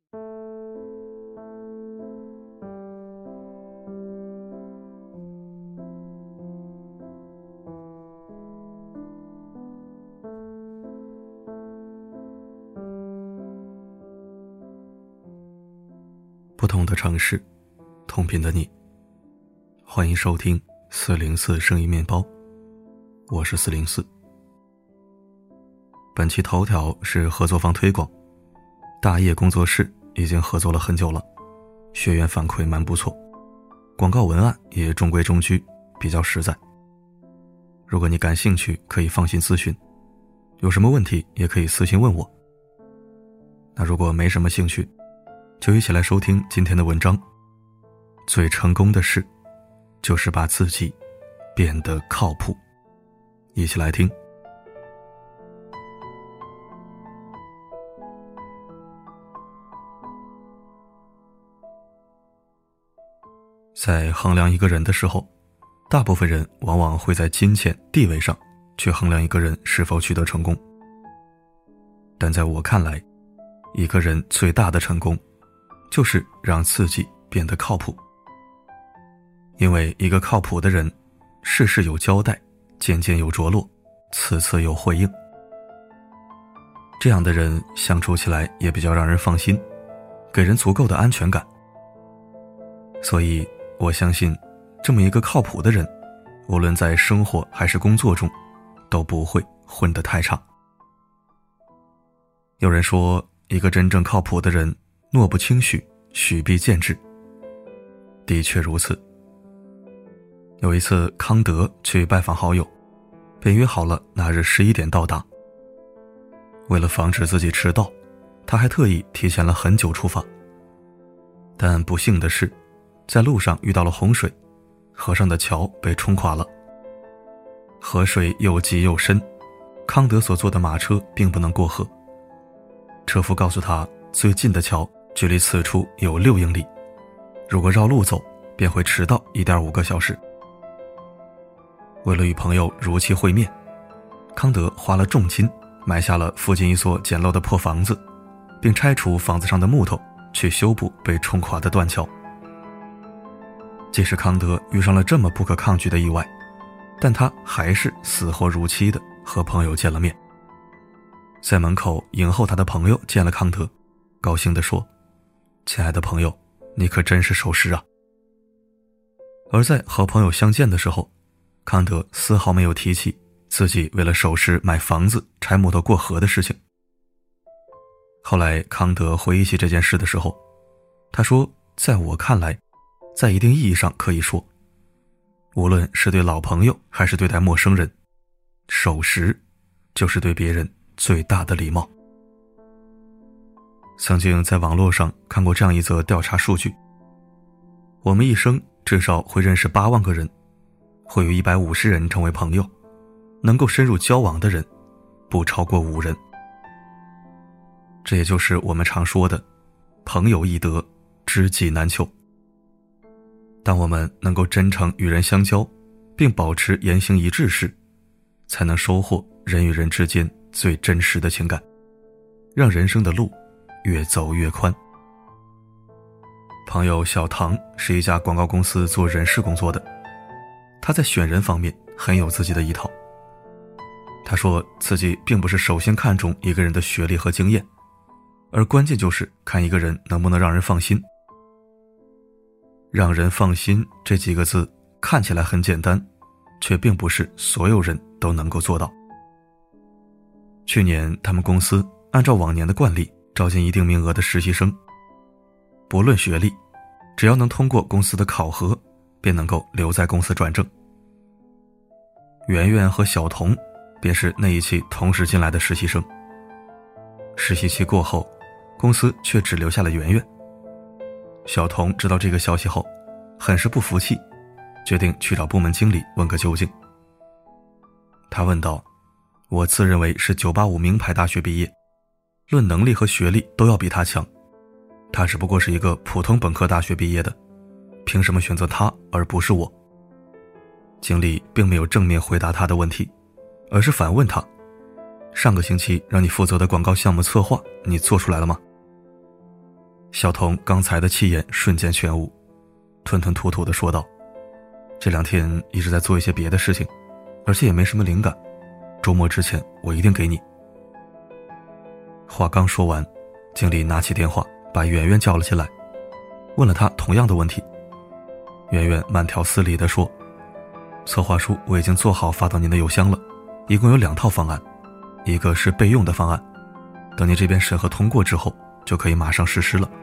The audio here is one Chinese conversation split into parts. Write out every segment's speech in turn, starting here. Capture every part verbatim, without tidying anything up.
不同的城市，同频的你，欢迎收听四零四声音面包，我是四零四。本期头条是合作方推广，大业工作室已经合作了很久了，学员反馈蛮不错，广告文案也中规中矩，比较实在。如果你感兴趣，可以放心咨询，有什么问题也可以私信问我。那如果没什么兴趣，就一起来收听今天的文章。最成功的事，就是把自己变得靠谱。一起来听。在衡量一个人的时候，大部分人往往会在金钱、地位上去衡量一个人是否取得成功。但在我看来，一个人最大的成功就是让自己变得靠谱。因为一个靠谱的人，事事有交代，件件有着落，次次有回应。这样的人相处起来也比较让人放心，给人足够的安全感。所以我相信，这么一个靠谱的人，无论在生活还是工作中，都不会混得太差。有人说，一个真正靠谱的人，诺不轻许，许必见之。的确如此。有一次，康德去拜访好友，便约好了那日十一点到达。为了防止自己迟到，他还特意提前了很久出发。但不幸的是，在路上遇到了洪水，河上的桥被冲垮了。河水又急又深，康德所坐的马车并不能过河。车夫告诉他，最近的桥距离此处有六英里，如果绕路走，便会迟到 一点五个小时。为了与朋友如期会面，康德花了重金买下了附近一所简陋的破房子，并拆除房子上的木头，去修补被冲垮的断桥。即使康德遇上了这么不可抗拒的意外，但他还是死活如期的和朋友见了面。在门口迎候他的朋友见了康德，高兴地说，亲爱的朋友，你可真是守时啊。而在和朋友相见的时候，康德丝毫没有提起自己为了守时买房子拆木头过河的事情。后来康德回忆起这件事的时候，他说，在我看来，在一定意义上可以说，无论是对老朋友还是对待陌生人，守时就是对别人最大的礼貌。曾经在网络上看过这样一则调查数据，我们一生至少会认识八万个人，会有一百五十人成为朋友，能够深入交往的人不超过五人。这也就是我们常说的朋友易得，知己难求。当我们能够真诚与人相交，并保持言行一致时，才能收获人与人之间最真实的情感，让人生的路越走越宽。朋友小唐是一家广告公司做人事工作的，他在选人方面很有自己的一套。他说自己并不是首先看重一个人的学历和经验，而关键就是看一个人能不能让人放心。让人放心这几个字看起来很简单，却并不是所有人都能够做到。去年他们公司按照往年的惯例招进一定名额的实习生，不论学历，只要能通过公司的考核，便能够留在公司转正。圆圆和小童便是那一期同时进来的实习生。实习期过后，公司却只留下了圆圆。小童知道这个消息后，很是不服气，决定去找部门经理问个究竟。他问道，我自认为是九八五名牌大学毕业，论能力和学历都要比他强，他只不过是一个普通本科大学毕业的，凭什么选择他而不是我？经理并没有正面回答他的问题，而是反问他，上个星期让你负责的广告项目策划你做出来了吗？ 小童刚才的气焰瞬间全无，吞吞吐吐地说道：这两天一直在做一些别的事情，而且也没什么灵感，周末之前我一定给你。话刚说完，经理拿起电话把圆圆叫了起来，问了他同样的问题。圆圆慢条斯理地说：策划书我已经做好发到您的邮箱了，一共有两套方案，一个是备用的方案，等你这边审核通过之后就可以马上实施了。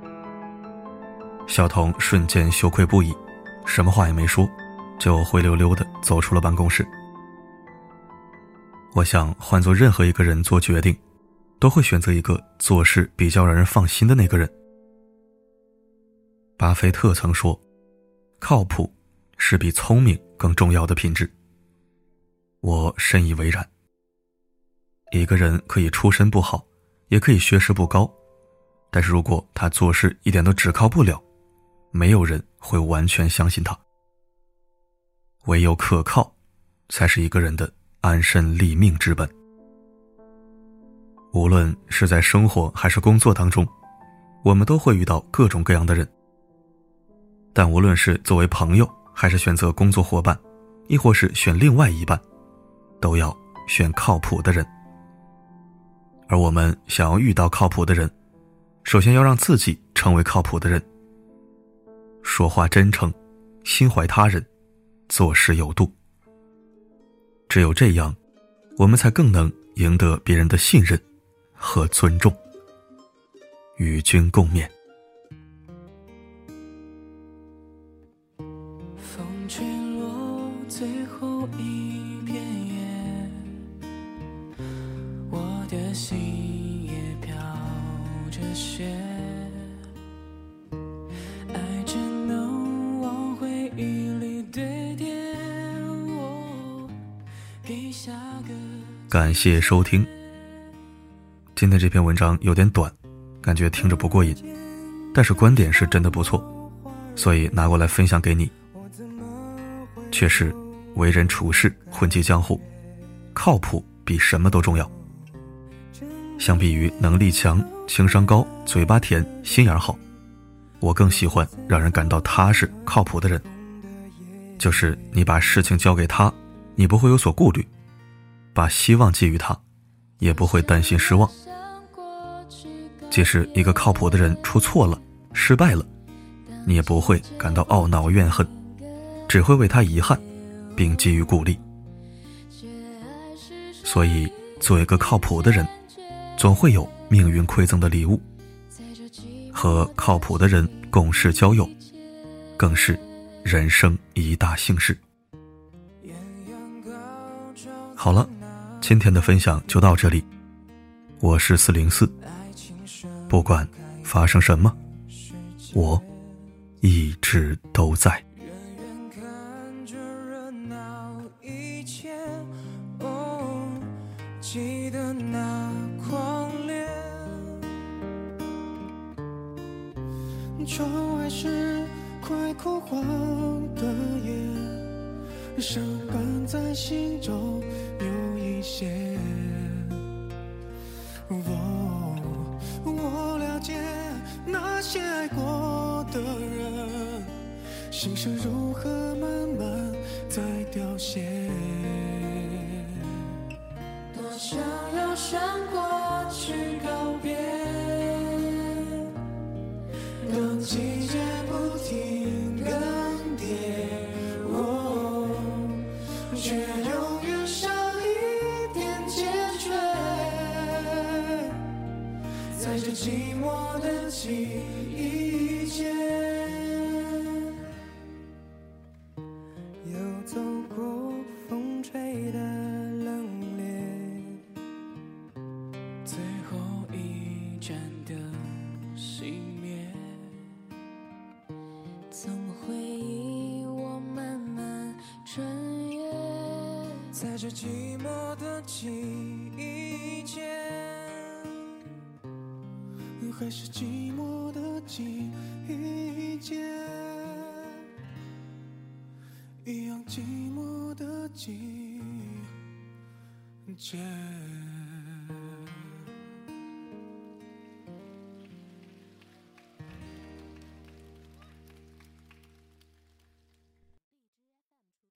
小童瞬间羞愧不已，什么话也没说，就灰溜溜地走出了办公室。我想换做任何一个人做决定，都会选择一个做事比较让人放心的那个人。巴菲特曾说，靠谱是比聪明更重要的品质。我深以为然。一个人可以出身不好，也可以学识不高，但是如果他做事一点都只靠不了，没有人会完全相信他。唯有可靠，才是一个人的安身立命之本。无论是在生活还是工作当中，我们都会遇到各种各样的人。但无论是作为朋友，还是选择工作伙伴，亦或是选另外一半，都要选靠谱的人。而我们想要遇到靠谱的人，首先要让自己成为靠谱的人。说话真诚，心怀他人，做事有度。只有这样，我们才更能赢得别人的信任和尊重。与君共勉。 风吹落最后一片叶，我的心也飘着雪，爱只能往回忆里堆叠，我给下个感谢收听。今天这篇文章有点短，感觉听着不过瘾，但是观点是真的不错，所以拿过来分享给你。确实，为人处事，混迹江湖，靠谱比什么都重要。相比于能力强、情商高、嘴巴甜、心眼好，我更喜欢让人感到踏实、靠谱的人。就是你把事情交给他，你不会有所顾虑，把希望寄予他，也不会担心失望。即使一个靠谱的人出错了、失败了，你也不会感到懊恼怨恨，只会为他遗憾，并给予鼓励。所以，做一个靠谱的人，总会有命运馈赠的礼物。和靠谱的人共事交友，更是人生一大幸事。好了，今天的分享就到这里。我是四零四，不管发生什么，我一直都在。 记得那狂烈，窗外是快枯黄的叶，伤感在心中有一些。哦，我了解那些爱过的人，心事如何慢慢在凋谢。多想要向过去告别，当季节不停更迭，哦，却永远少一点坚决。在这寂寞的记忆间，又走过风吹的冷冽，最后一盏灯熄灭，怎么回忆我慢慢穿越，在这寂寞的记忆间，还是寂寞的记忆间，一样寂寞的记忆间。